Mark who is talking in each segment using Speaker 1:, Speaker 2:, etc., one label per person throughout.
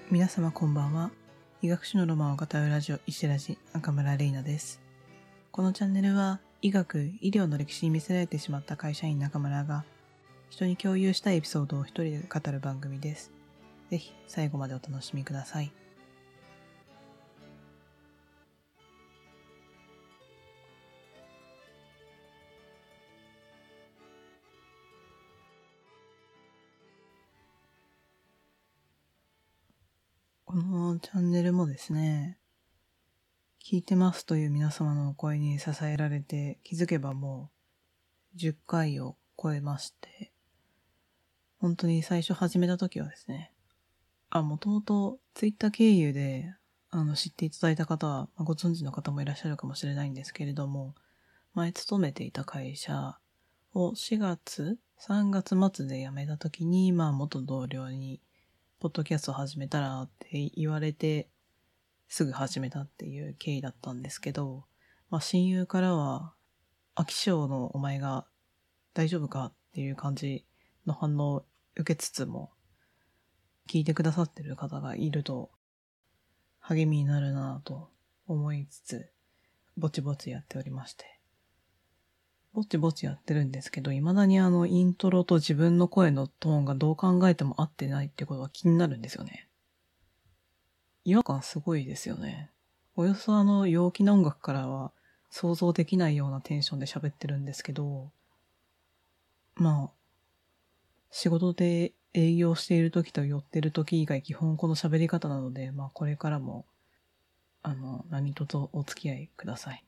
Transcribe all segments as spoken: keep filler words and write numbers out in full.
Speaker 1: 皆様こんばんは。医学史のロマンを語るラジオ、石ラジ、中村玲奈です。このチャンネルは、医学、医療の歴史に見せられてしまった会社員中村が、人に共有したいエピソードを一人で語る番組です。ぜひ、最後までお楽しみください。このチャンネルもですね、聞いてますという皆様のお声に支えられて、気づけばもうじゅっかいを超えまして、本当に最初始めた時はですね、あ、もともとツイッター経由であの知っていただいた方は、まあ、ご存知の方もいらっしゃるかもしれないんですけれども、前勤めていた会社をしがつ、さんがつ末で辞めた時に、まあ元同僚に、ポッドキャストを始めたらって言われて、すぐ始めたっていう経緯だったんですけど、まあ親友からは、飽き性のお前が大丈夫かっていう感じの反応を受けつつも、聞いてくださってる方がいると励みになるなぁと思いつつ、ぼちぼちやっておりまして。ぼちぼちやってるんですけど、未だにあのイントロと自分の声のトーンがどう考えても合ってないってことは気になるんですよね。違和感すごいですよね。およそあの陽気な音楽からは想像できないようなテンションで喋ってるんですけど、まあ、仕事で営業している時と寄ってる時以外基本この喋り方なので、まあこれからも、あの、何卒お付き合いください。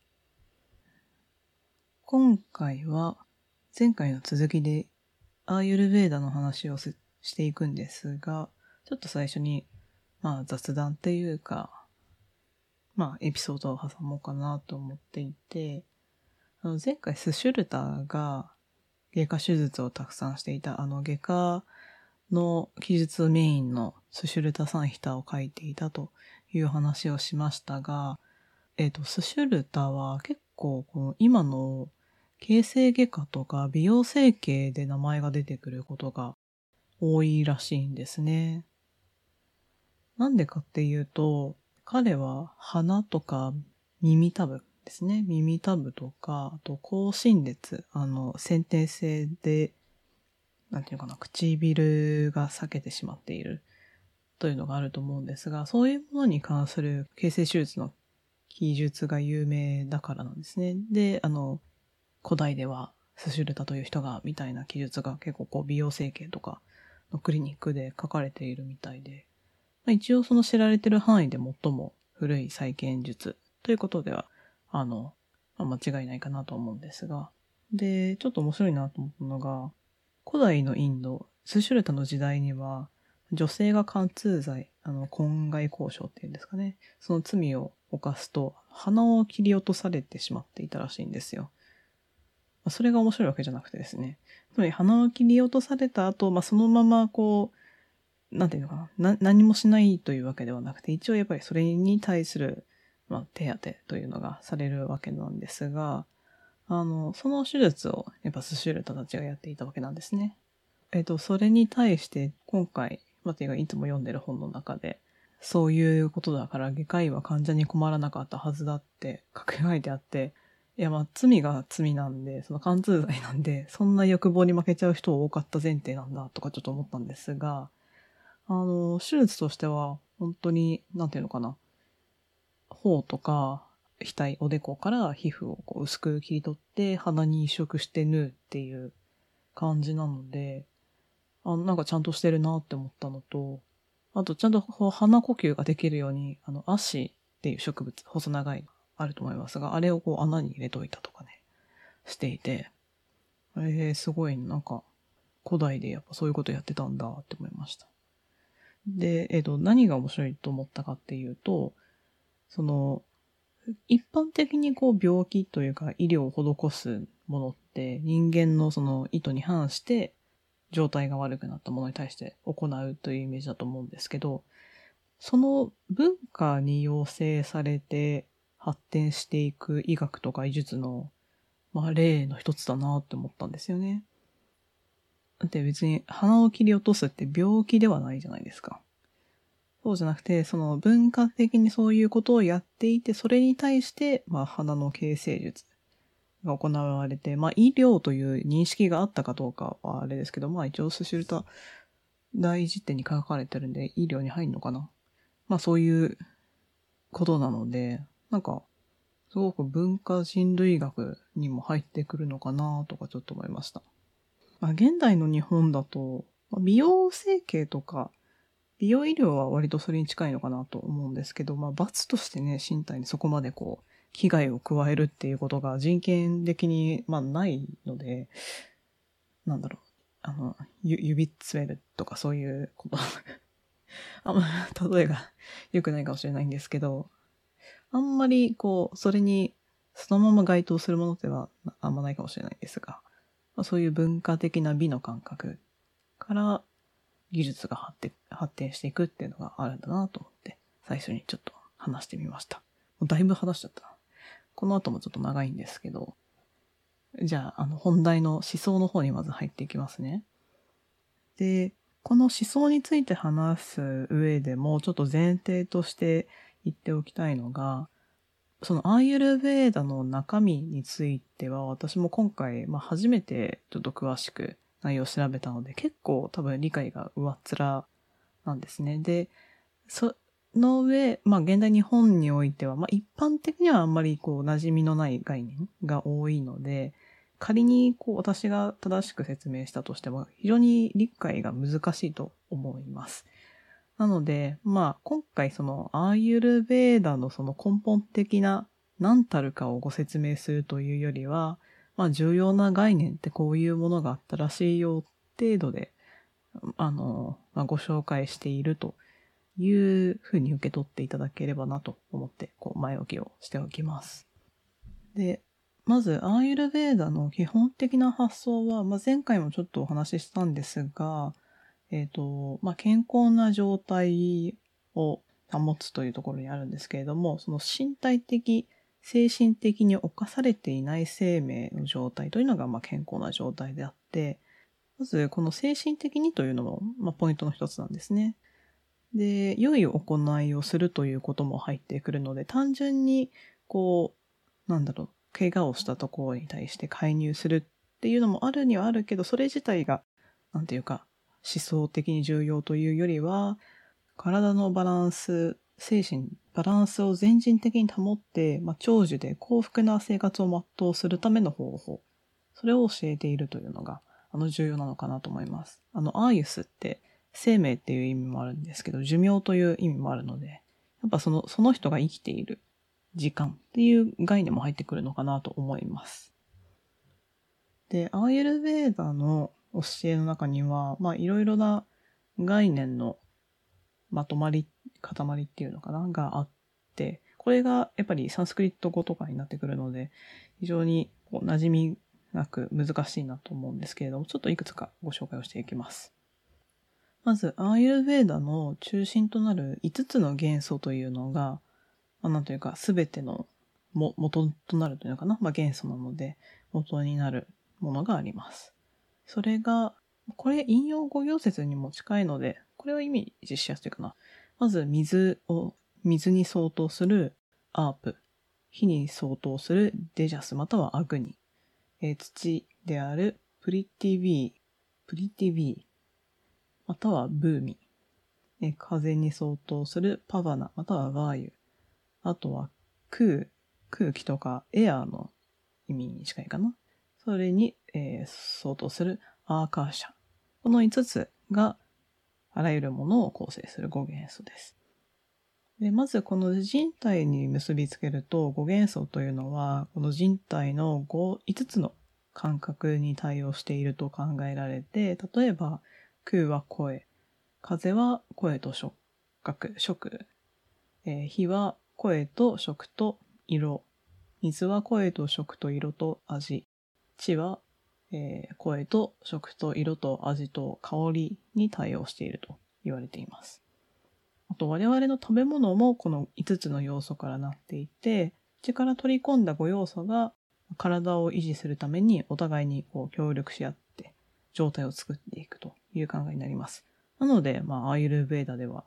Speaker 1: 今回は前回の続きでアーユルヴェーダの話をしていくんですが、ちょっと最初に、まあ雑談っていうか、まあエピソードを挟もうかなと思っていて、あの前回スシュルターが外科手術をたくさんしていたあの外科の記述メインのスシュルタサンヒタを書いていたという話をしましたが、えっと、スシュルタは結構この今の形成外科とか美容整形で名前が出てくることが多いらしいんですね。なんでかっていうと、彼は鼻とか耳たぶですね。耳たぶとか、あと高浸熱、あの、先天性で、なんていうかな、唇が裂けてしまっているというのがあると思うんですが、そういうものに関する形成手術の記述が有名だからなんですね。で、あの、古代ではスシュルタという人がみたいな記述が結構こう美容整形とかのクリニックで書かれているみたいで、まあ、一応その知られてる範囲で最も古い再建術ということでは、あの、まあ、間違いないかなと思うんですが、で、ちょっと面白いなと思ったのが、古代のインド、スシュルタの時代には、女性が貫通罪、あの、婚外交渉っていうんですかね。その罪を犯すと、鼻を切り落とされてしまっていたらしいんですよ。それが面白いわけじゃなくてですね。つまり鼻を切り落とされた後、まあ、そのままこう、なんていうのかな、な、何もしないというわけではなくて、一応やっぱりそれに対する、まあ、手当てというのがされるわけなんですが、あの、その手術をやっぱスシュルタたちがやっていたわけなんですね。えっと、それに対して今回、マティがいつも読んでる本の中で、そういうことだから外科医は患者に困らなかったはずだって書き換えてあって、いやまあ罪が罪なんで、その貫通罪なんで、そんな欲望に負けちゃう人多かった前提なんだとかちょっと思ったんですが、あの、手術としては本当に、なんていうのかな、頬とか額、おでこから皮膚をこう薄く切り取って鼻に移植して縫うっていう感じなので、あなんかちゃんとしてるなって思ったのと、あとちゃんと鼻呼吸ができるように、あの、足っていう植物、細長いあると思いますが、あれをこう穴に入れといたとかね、していて、えー、すごいなんか古代でやっぱそういうことやってたんだって思いました。で、えっと、何が面白いと思ったかっていうと、その、一般的にこう病気というか医療を施すものって人間のその意図に反して状態が悪くなったものに対して行うというイメージだと思うんですけど、その文化に要請されて発展していく医学とか医術の、まあ、例の一つだなって思ったんですよね。だって別に鼻を切り落とすって病気ではないじゃないですか。 そうじゃなくて、その文化的にそういうことをやっていて、それに対して、まあ、鼻の形成術が行われて、まあ、医療という認識があったかどうかはあれですけど、まあ、一応スシュルタ第一点に書かれてるんで、医療に入るのかな。まあ、そういうことなので、なんか、すごく文化人類学にも入ってくるのかなとかちょっと思いました。まあ、現代の日本だと、美容整形とか、美容医療は割とそれに近いのかなと思うんですけど、まあ、罰としてね、身体にそこまでこう、危害を加えるっていうことが人権的に、まあ、ないので、なんだろう、あの、ゆ指詰めるとかそういうこと。あんま、例えが良くないかもしれないんですけど、あんまりこう、それにそのまま該当するものではあんまないかもしれないんですが、まあ、そういう文化的な美の感覚から技術が発展、発展していくっていうのがあるんだなと思って、最初にちょっと話してみました。もうだいぶ話しちゃったな。この後もちょっと長いんですけど、じゃあ、あの、本題の思想の方にまず入っていきますね。で、この思想について話す上でも、ちょっと前提として言っておきたいのが、そのアーユルヴェーダの中身については、私も今回、まあ、初めてちょっと詳しく内容を調べたので、結構多分理解が上っ面なんですね。で、その上、まあ現代日本においては、まあ一般的にはあんまりこう馴染みのない概念が多いので、仮にこう私が正しく説明したとしても、非常に理解が難しいと思います。なので、まあ今回そのアーユルヴェーダのその根本的な何たるかをご説明するというよりは、まあ重要な概念ってこういうものがあったらしいよ程度で、あの、まあ、ご紹介しているというふうに受け取っていただければなと思って、こう前置きをしておきます。で、まず、アーユルヴェーダの基本的な発想は、まあ、前回もちょっとお話ししたんですが、えっと、まあ、健康な状態を保つというところにあるんですけれども、その身体的、精神的に侵されていない生命の状態というのが、まあ、健康な状態であって、まず、この精神的にというのも、まあ、ポイントの一つなんですね。で、良い行いをするということも入ってくるので、単純に、こう、なんだろう、怪我をしたところに対して介入するっていうのもあるにはあるけど、それ自体が、なんていうか、思想的に重要というよりは、体のバランス、精神、バランスを全人的に保って、まあ、長寿で幸福な生活を全うするための方法、それを教えているというのが、あの、重要なのかなと思います。あの、アーユスって、生命っていう意味もあるんですけど、寿命という意味もあるので、やっぱその、その人が生きている時間っていう概念も入ってくるのかなと思います。で、アーユルヴェーダの教えの中には、まあいろいろな概念のまとまり、塊っていうのかながあって、これがやっぱりサンスクリット語とかになってくるので、非常にこう馴染みなく難しいなと思うんですけれども、ちょっといくつかご紹介をしていきます。まず、アーユルヴェーダの中心となるいつつの元素というのが、まあ、なんというか、すべてのも元となるというのかな、まあ、元素なので、元になるものがあります。それが、これ引用語行説にも近いので、これは意味しやすいかな。まず、水を、水に相当するアープ、火に相当するデジャスまたはアグニ、えー、土であるプリティビー、プリティビー、またはブーミ、え風に相当するパバナまたはワーユ、あとは空、空気とかエアーの意味に近いかな。それに、えー、相当するアーカーシャ。このいつつがあらゆるものを構成するご元素です。でまずこの人体に結びつけるとご元素というのはこの人体のいつつの感覚に対応していると考えられて、例えば空は声、風は声と触覚、触、えー、火は声と触と色、水は声と触と色と味、地は、えー、声と触と色と味と香りに対応していると言われています。あと我々の食べ物もこのいつつの要素からなっていて、口から取り込んだご要素が体を維持するためにお互いにこう協力し合って状態を作っていくという考えになります。なので、まあ、アーユルヴェーダでは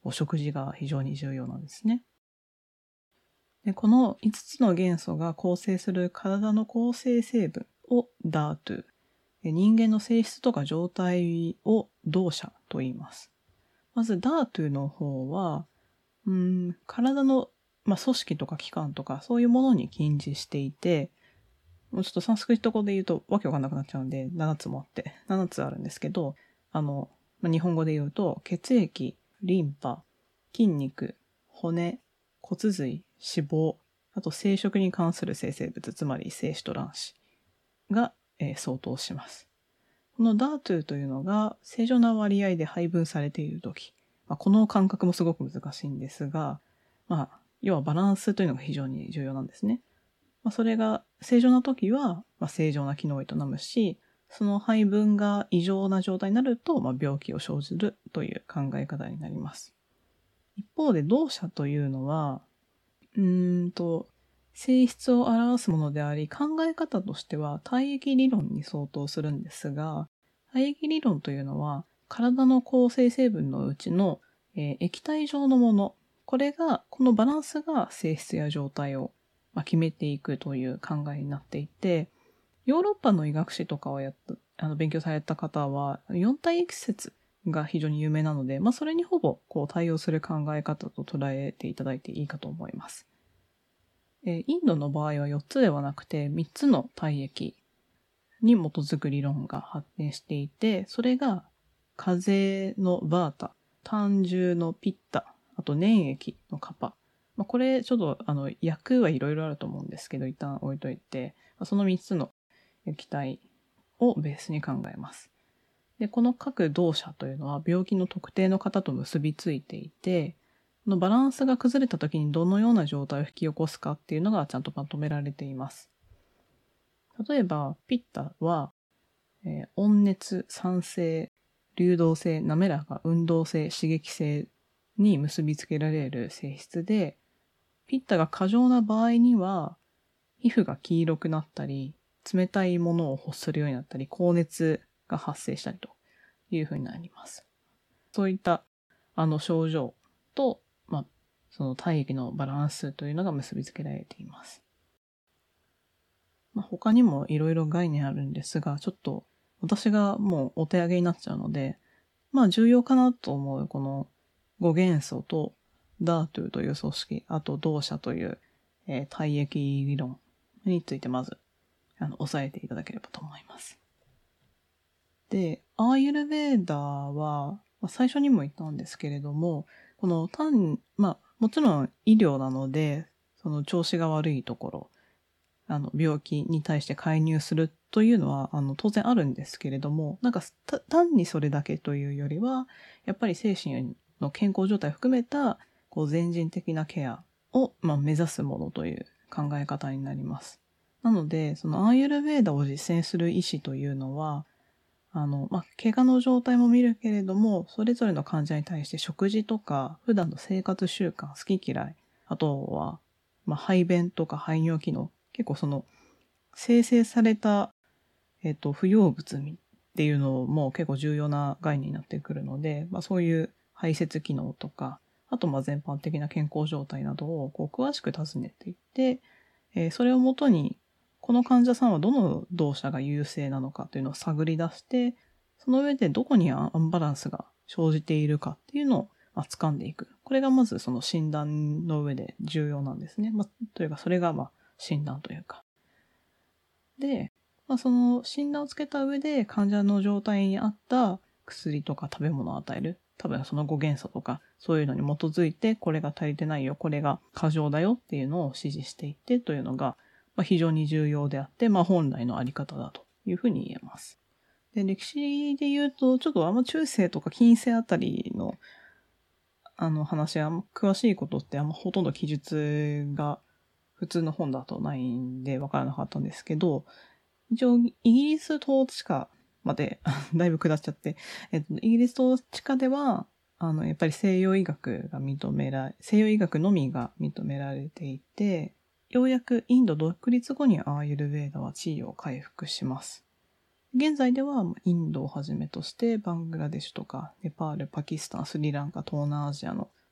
Speaker 1: こう食事が非常に重要なんですね。でこのいつつの元素が構成する体の構成成分をダートゥ、人間の性質とか状態を動作と言います。まずダートゥの方は、うーん体の、まあ、組織とか器官とかそういうものに近似していて、もうちょっとサンスクリット語で言うとわけわかんなくなっちゃうんでななつもあってななつあるんですけど、あの、まあ、日本語で言うと血液、リンパ、筋肉、骨、骨髄、脂肪、あと生殖に関する生成物、つまり精子と卵子が、えー相当します。このダートゥというのが正常な割合で配分されているとき、まあ、この感覚もすごく難しいんですが、まあ、要はバランスというのが非常に重要なんですね。まあ、それが正常なときは、まあ、正常な機能を営むし、その配分が異常な状態になると、まあ、病気を生じるという考え方になります。一方で動作というのは、うーんと、性質を表すものであり、考え方としては体液理論に相当するんですが、体液理論というのは、体の構成成分のうちの、えー液体状のもの、これが、このバランスが性質や状態を、まあ、決めていくという考えになっていて、ヨーロッパの医学史とかをやったあの勉強された方は、四体液説が非常に有名なので、まあ、それにほぼこう対応する考え方と捉えていただいていいかと思います。インドの場合はよっつではなくてみっつの体液に基づく理論が発展していて、それが風のバータ、胆汁のピッタ、あと粘液のカパ。まあ、これちょっとあの訳はいろいろあると思うんですけど、一旦置いといて、そのみっつの液体をベースに考えます。で、この各動作というのは病気の特定の方と結びついていて、このバランスが崩れた時にどのような状態を引き起こすかっていうのがちゃんとまとめられています。例えば、ピッタは、えー、温熱、酸性、流動性、滑らか、運動性、刺激性に結びつけられる性質で、ピッタが過剰な場合には、皮膚が黄色くなったり、冷たいものを欲するようになったり、高熱が発生したりというふうになります。そういったあの症状と、まあ、その体液のバランスというのが結びつけられています。まあ、他にもいろいろ概念あるんですが、ちょっと私がもうお手上げになっちゃうので、まあ重要かなと思うこのご元素とダートゥという組織、あと動作という、えー、体液理論についてまずあの押さえていただければと思います。で、アーユルヴェーダは、まあ、最初にも言ったんですけれども、この単、まあもちろん医療なので、その調子が悪いところ、あの病気に対して介入するというのはあの当然あるんですけれども、なんか単にそれだけというよりは、やっぱり精神の健康状態を含めたこう全人的なケアを、まあ、目指すものという考え方になります。なので、そのアーユルヴェーダを実践する医師というのは、あの、まあ、怪我の状態も見るけれども、それぞれの患者に対して食事とか、普段の生活習慣、好き嫌い、あとは、まあ、排便とか排尿機能、結構その、生成された、えっと、不要物っていうのも結構重要な概念になってくるので、まあ、そういう排泄機能とか、あとまあ全般的な健康状態などをこう詳しく尋ねていって、えー、それをもとに、この患者さんはどの動作が優勢なのかというのを探り出して、その上でどこにアンバランスが生じているかっていうのを、まあ、掴んでいく。これがまずその診断の上で重要なんですね。まあ、というかそれがまあ診断というか。で、まあ、その診断をつけた上で患者の状態に合った薬とか食べ物を与える。多分そのご元素とかそういうのに基づいてこれが足りてないよ、これが過剰だよっていうのを指示していってというのが、まあ、非常に重要であって、まあ、本来のあり方だというふうに言えます。で、歴史で言うと、ちょっとあんま中世とか近世あたりのあの話は詳しいことってあんまほとんど記述が普通の本だとないんで分からなかったんですけど、一応イギリス統治下までだいぶ下っちゃって、えっと、イギリス統治下ではあのやっぱり西洋医学が認められ西洋医学のみが認められていて、ようやくインド独立後にアーユルヴェーダは地位を回復します。現在ではインドをはじめとしてバングラデシュとかネパール、パキスタン、スリランカ、東南アジアの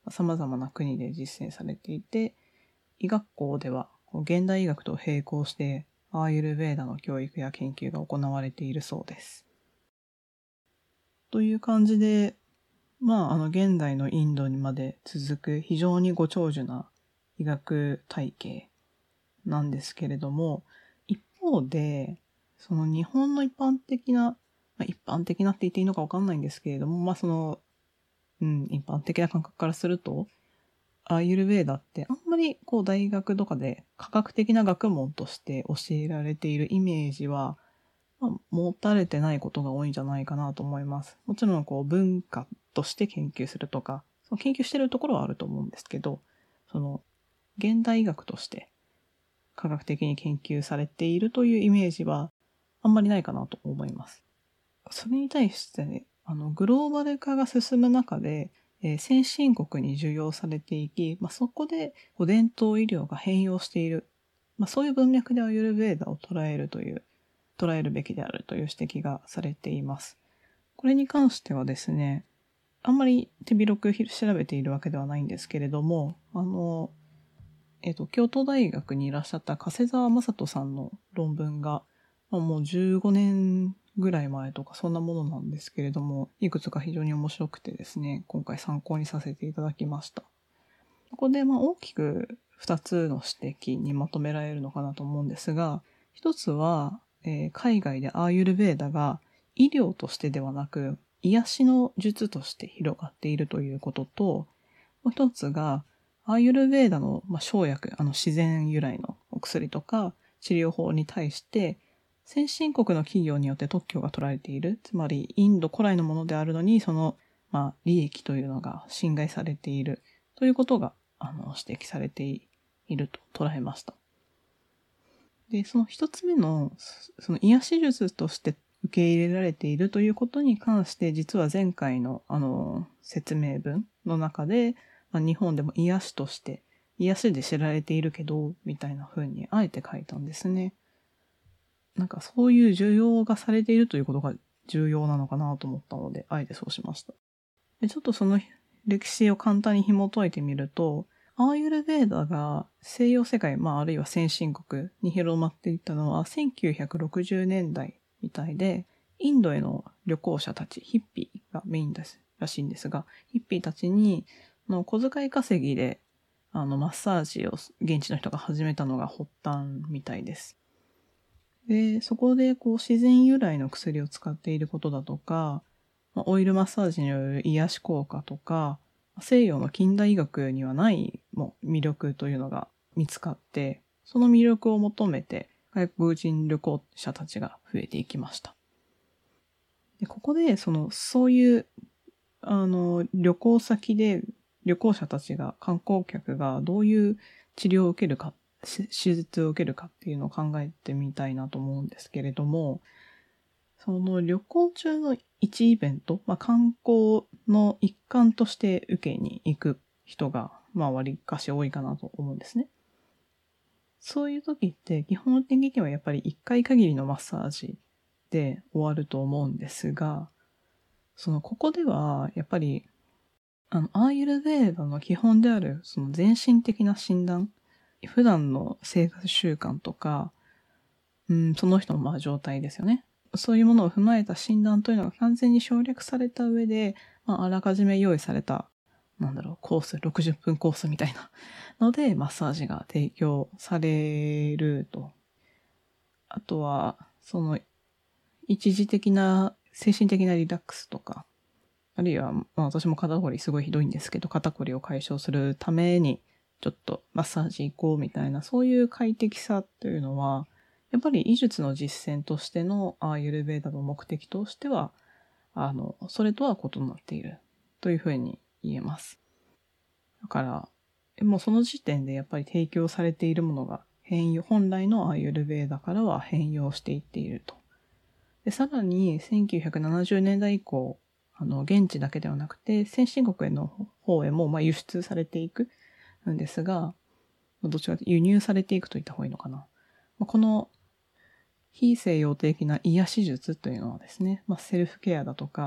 Speaker 1: 様々な国で実践されていて、医学校では現代医学と並行してアーユルヴェーダの教育や研究が行われているそうです。という感じで、まあ、あの現代のインドにまで続く非常にご長寿な医学体系なんですけれども、一方で、その日本の一般的な、まあ、一般的なって言っていいのかわかんないんですけれども、まあその、うん、一般的な感覚からすると、アーユルヴェーダってあんまりこう大学とかで科学的な学問として教えられているイメージは、まあ、持たれてないことが多いんじゃないかなと思います。もちろんこう文化として研究するとか、その研究してるところはあると思うんですけど、その現代医学として科学的に研究されているというイメージはあんまりないかなと思います。それに対して、ね、あのグローバル化が進む中で、えー、先進国に受容されていき、まあ、そこでこう伝統医療が変容している、まあ、そういう文脈でアーユルヴェーダを捉えるという捉えるべきであるという指摘がされています。これに関してはですね、あんまり手広く調べているわけではないんですけれども、あの、えっと、京都大学にいらっしゃった加瀬沢正人さんの論文が、まあ、もうじゅうごねんぐらい前とかそんなものなんですけれども、いくつか非常に面白くてですね、今回参考にさせていただきました。ここでまあ大きくふたつの指摘にまとめられるのかなと思うんですが、一つは、えー、海外でアーユルヴェーダが医療としてではなく癒しの術として広がっているということと、もう一つがアーユルヴェーダの、まあ、生薬、あの自然由来のお薬とか治療法に対して先進国の企業によって特許が取られている、つまりインド古来のものであるのにその、まあ、利益というのが侵害されているということがあの指摘されていると捉えました。で、その一つ目の、その癒し術として受け入れられているということに関して、実は前回のあの説明文の中で、まあ、日本でも癒しとして、癒しで知られているけど、みたいな風にあえて書いたんですね。なんかそういう需要がされているということが重要なのかなと思ったので、あえてそうしました。で、ちょっとその歴史を簡単に紐解いてみると、アーユルヴェーダが西洋世界、まああるいは先進国に広まっていったのはせんきゅうひゃくろくじゅうねんだいみたいで、インドへの旅行者たち、ヒッピーがメインですらしいんですが、ヒッピーたちにの小遣い稼ぎであのマッサージを現地の人が始めたのが発端みたいです。で、そこでこう自然由来の薬を使っていることだとか、オイルマッサージによる癒し効果とか、西洋の近代医学にはないも魅力というのが見つかって、その魅力を求めて外国人旅行者たちが増えていきました。でここでそのそういうあの旅行先で旅行者たちが観光客がどういう治療を受けるか、手術を受けるかっていうのを考えてみたいなと思うんですけれども、その旅行中の一イベント、まあ、観光の一環として受けに行く人が、まあ、割かし多いかなと思うんですね。そういう時って基本的にはやっぱり一回限りのマッサージで終わると思うんですが、そのここではやっぱりあのアーユルヴェーダの基本であるその全身的な診断、普段の生活習慣とか、うん、その人のまあ状態ですよね。そういうものを踏まえた診断というのが完全に省略された上で、まあ、あらかじめ用意された、なんだろう、コース、ろくじゅっぷんコースみたいなので、マッサージが提供されると。あとは、その、一時的な精神的なリラックスとか、あるいは、まあ、私も肩こりすごいひどいんですけど、肩こりを解消するために、ちょっとマッサージ行こうみたいな、そういう快適さというのは、やっぱり医術の実践としてのアーユルヴェーダの目的としては、あの、それとは異なっているというふうに言えます。だから、もうその時点でやっぱり提供されているものが変容、本来のアーユルヴェーダからは変容していっていると。で、さらにせんきゅうひゃくななじゅうねんだい以降、あの、現地だけではなくて、先進国への方へも、まあ、輸出されていくんですが、どちらかというと輸入されていくといった方がいいのかな。この非西洋的な癒し術というのはですね、まあ、セルフケアだとか、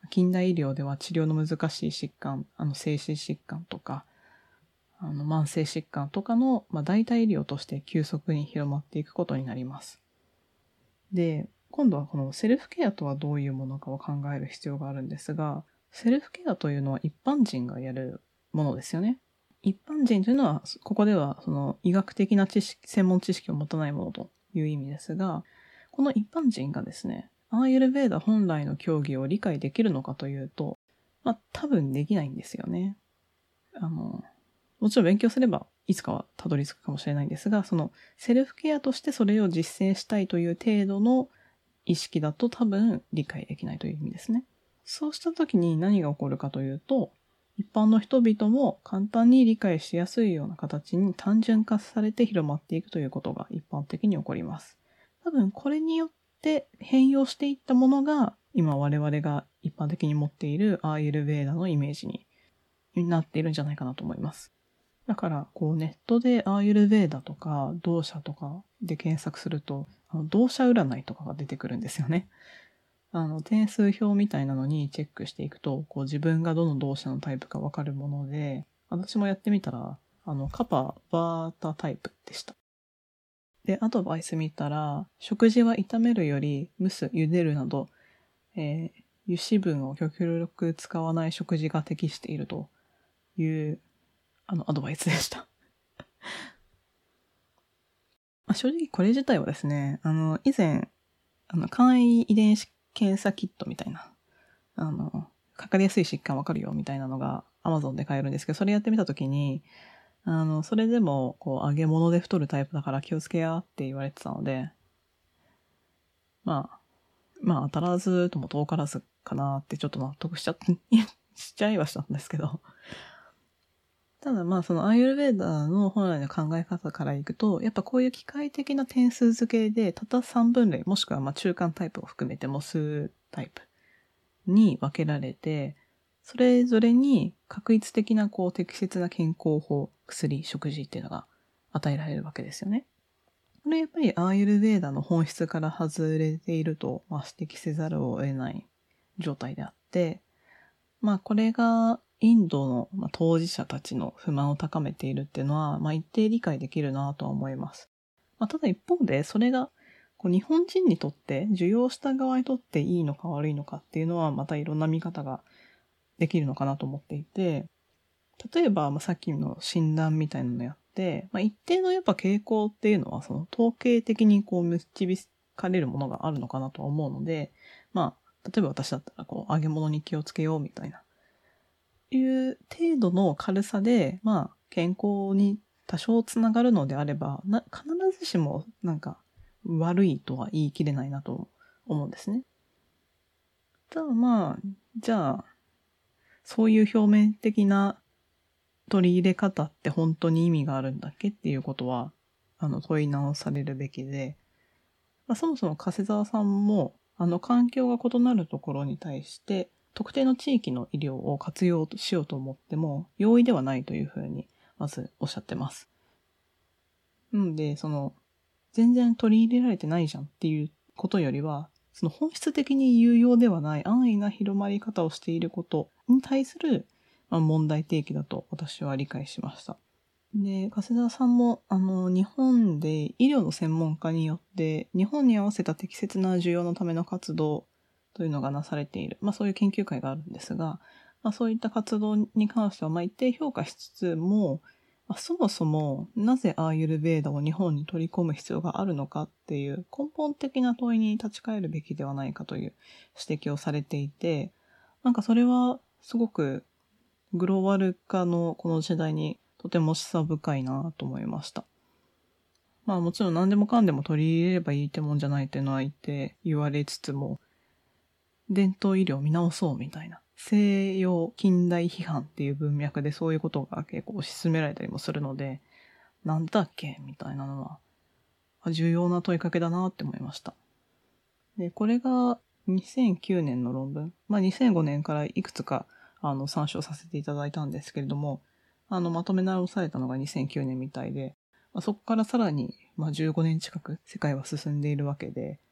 Speaker 1: 近代医療では治療の難しい疾患、あの精神疾患とか、あの慢性疾患とかの、まあ、代替医療として急速に広まっていくことになります。で、今度はこのセルフケアとはどういうものかを考える必要があるんですが、セルフケアというのは一般人がやるものですよね。一般人というのは、ここではその医学的な知識、専門知識を持たないものという意味ですが、この一般人がですね、アーユルヴェーダ本来の教義を理解できるのかというと、まあ多分できないんですよね。あの、もちろん勉強すればいつかはたどり着くかもしれないんですが、そのセルフケアとしてそれを実践したいという程度の意識だと多分理解できないという意味ですね。そうした時に何が起こるかというと、一般の人々も簡単に理解しやすいような形に単純化されて広まっていくということが一般的に起こります。多分これによって変容していったものが今我々が一般的に持っているアーユルヴェーダのイメージになっているんじゃないかなと思います。だからこうネットでアーユルヴェーダとか動写とかで検索すると、あの動写占いとかが出てくるんですよね。あの点数表みたいなのにチェックしていくと、こう自分がどの動詞のタイプかわかるもので、私もやってみたら、あのカパバータタイプでした。で、アドバイス見たら、食事は炒めるより蒸す、茹でるなど、えー、油脂分を極力使わない食事が適しているというあのアドバイスでした。まあ、正直これ自体はですね、あの以前あの簡易遺伝子検査キットみたいな、あの、かかりやすい疾患わかるよみたいなのが Amazon で買えるんですけど、それやってみたときに、あの、それでも、こう、揚げ物で太るタイプだから気をつけやって言われてたので、まあ、まあ当たらずとも遠からずかなってちょっと納得しちゃっしちゃいはしたんですけど。ただまあそのアーユルヴェーダの本来の考え方からいくと、やっぱこういう機械的な点数付けで、たったさんぶん類、もしくはまあ中間タイプを含めても数タイプに分けられて、それぞれに確一的なこう適切な健康法、薬、食事っていうのが与えられるわけですよね。これやっぱりアーユルヴェーダの本質から外れていると、まあ、指摘せざるを得ない状態であって、まあこれがインドの当事者たちの不満を高めているっていうのは、まあ一定理解できるなとは思います。まあただ一方で、それがこう日本人にとって、受容した側にとっていいのか悪いのかっていうのは、またいろんな見方ができるのかなと思っていて、例えば、まあ、さっきの診断みたいなのやって、まあ、一定のやっぱ傾向っていうのは、その統計的にこう導かれるものがあるのかなとは思うので、まあ、例えば私だったら、こう、揚げ物に気をつけようみたいな、いう程度の軽さで、まあ、健康に多少つながるのであれば、な必ずしも、なんか、悪いとは言い切れないなと思うんですね。ただまあ、じゃあ、そういう表面的な取り入れ方って本当に意味があるんだっけっていうことは、あの、問い直されるべきで、まあ、そもそも加瀬沢さんも、あの、環境が異なるところに対して、特定の地域の医療を活用しようと思っても、容易ではないというふうに、まずおっしゃってます。なので、その、全然取り入れられてないじゃんっていうことよりは、その本質的に有用ではない安易な広まり方をしていることに対する、まあ、問題提起だと私は理解しました。で、加瀬田さんも、あの、日本で医療の専門家によって、日本に合わせた適切な需要のための活動というのがなされている。まあそういう研究会があるんですが、まあそういった活動に関しては、まあ一定評価しつつも、まあ、そもそもなぜアーユルヴェーダを日本に取り込む必要があるのかっていう根本的な問いに立ち返るべきではないかという指摘をされていて、なんかそれはすごくグローバル化のこの時代にとても示唆深いなと思いました。まあもちろん何でもかんでも取り入れればいいってもんじゃないっていうのは言って言われつつも、伝統医療を見直そうみたいな。西洋近代批判っていう文脈でそういうことが結構推し進められたりもするので、なんだっけみたいなのは重要な問いかけだなって思いました。で、これがにせんきゅうねんの論文。まあにせんごねんからいくつかあの参照させていただいたんですけれども、あのまとめ直されたのがにせんきゅうねんみたいで、まあ、そこからさらにまあじゅうごねん近く世界は進んでいるわけで、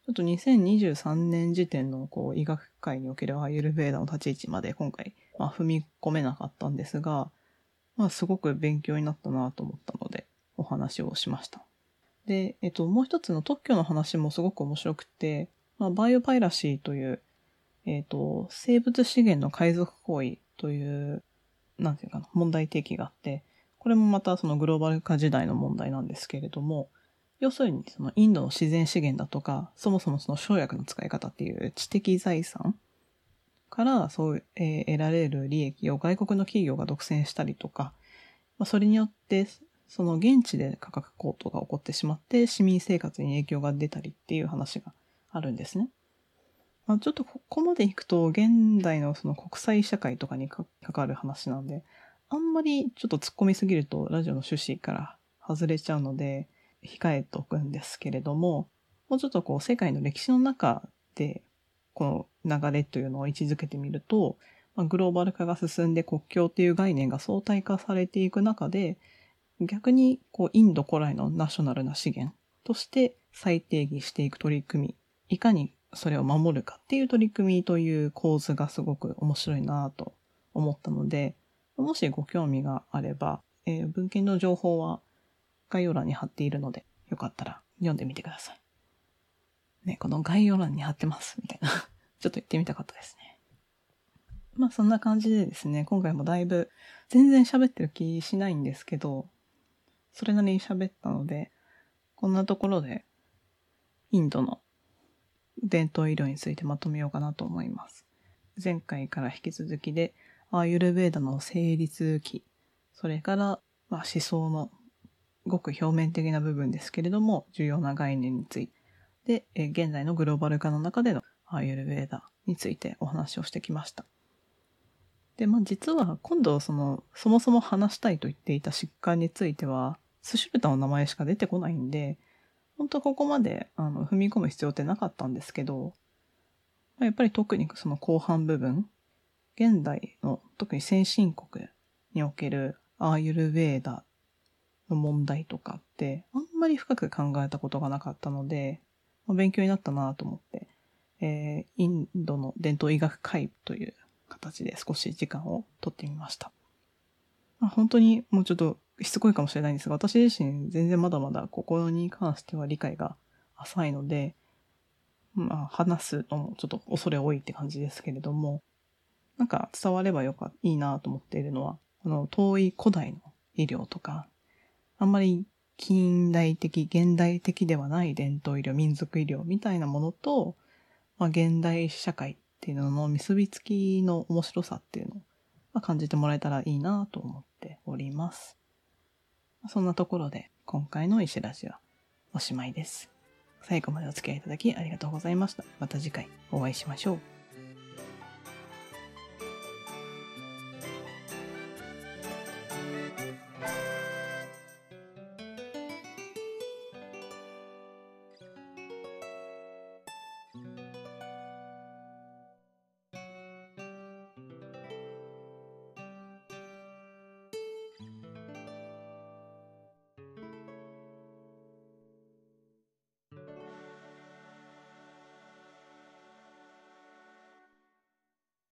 Speaker 1: ょっとにせんにじゅうさんねん時点のこう医学界におけるアーユルヴェーダの立ち位置まで今回、まあ、踏み込めなかったんですが、まあ、すごく勉強になったなと思ったのでお話をしました。で、えっと、もう一つの特許の話もすごく面白くて、まあ、バイオパイラシーという、えっと、生物資源の海賊行為という、なんていうかな、問題提起があって、これもまたそのグローバル化時代の問題なんですけれども、要するにそのインドの自然資源だとか、そもそもその生薬の使い方っていう知的財産からそう、えー、得られる利益を外国の企業が独占したりとか、まあ、それによってその現地で価格高騰が起こってしまって市民生活に影響が出たりっていう話があるんですね。まあ、ちょっとここまでいくと現代のその国際社会とかに関わる話なんで、あんまりちょっと突っ込みすぎるとラジオの趣旨から外れちゃうので控えておくんですけれども、もうちょっとこう世界の歴史の中でこの流れというのを位置づけてみると、まあ、グローバル化が進んで国境っていう概念が相対化されていく中で、逆にこうインド古来のナショナルな資源として再定義していく取り組み、いかにそれを守るかっていう取り組みという構図がすごく面白いなと思ったので、もしご興味があれば、えー、文献の情報は概要欄に貼っているので、よかったら読んでみてください。ね、この概要欄に貼ってますみたいなちょっと言ってみたかったですね。まあそんな感じでですね、今回もだいぶ全然喋ってる気しないんですけど、それなりに喋ったので、こんなところでインドの伝統医療についてまとめようかなと思います。前回から引き続きで、アーユルヴェーダの成立期、それから、まあ、思想のごく表面的な部分ですけれども、重要な概念について、で、現在のグローバル化の中でのアーユルヴェーダについてお話をしてきました。で、まあ実は今度その、そもそも話したいと言っていた疾患については、スシュルタの名前しか出てこないんで、本当ここまであの踏み込む必要ってなかったんですけど、やっぱり特にその後半部分、現代の特に先進国におけるアーユルヴェーダの問題とかってあんまり深く考えたことがなかったので、勉強になったなと思って、えー、インドの伝統医学会という形で少し時間を取ってみました。まあ、本当にもうちょっとしつこいかもしれないんですが、私自身全然まだまだここに関しては理解が浅いので、まあ話すのもちょっと恐れ多いって感じですけれども、なんか伝わればよかいいなと思っているのは、この遠い古代の医療とか、あんまり近代的、現代的ではない伝統医療、民族医療みたいなものと、まあ、現代社会っていうのの結びつきの面白さっていうのを感じてもらえたらいいなと思っております。そんなところで今回の石ラジはおしまいです。最後までお付き合いいただきありがとうございました。また次回お会いしましょう。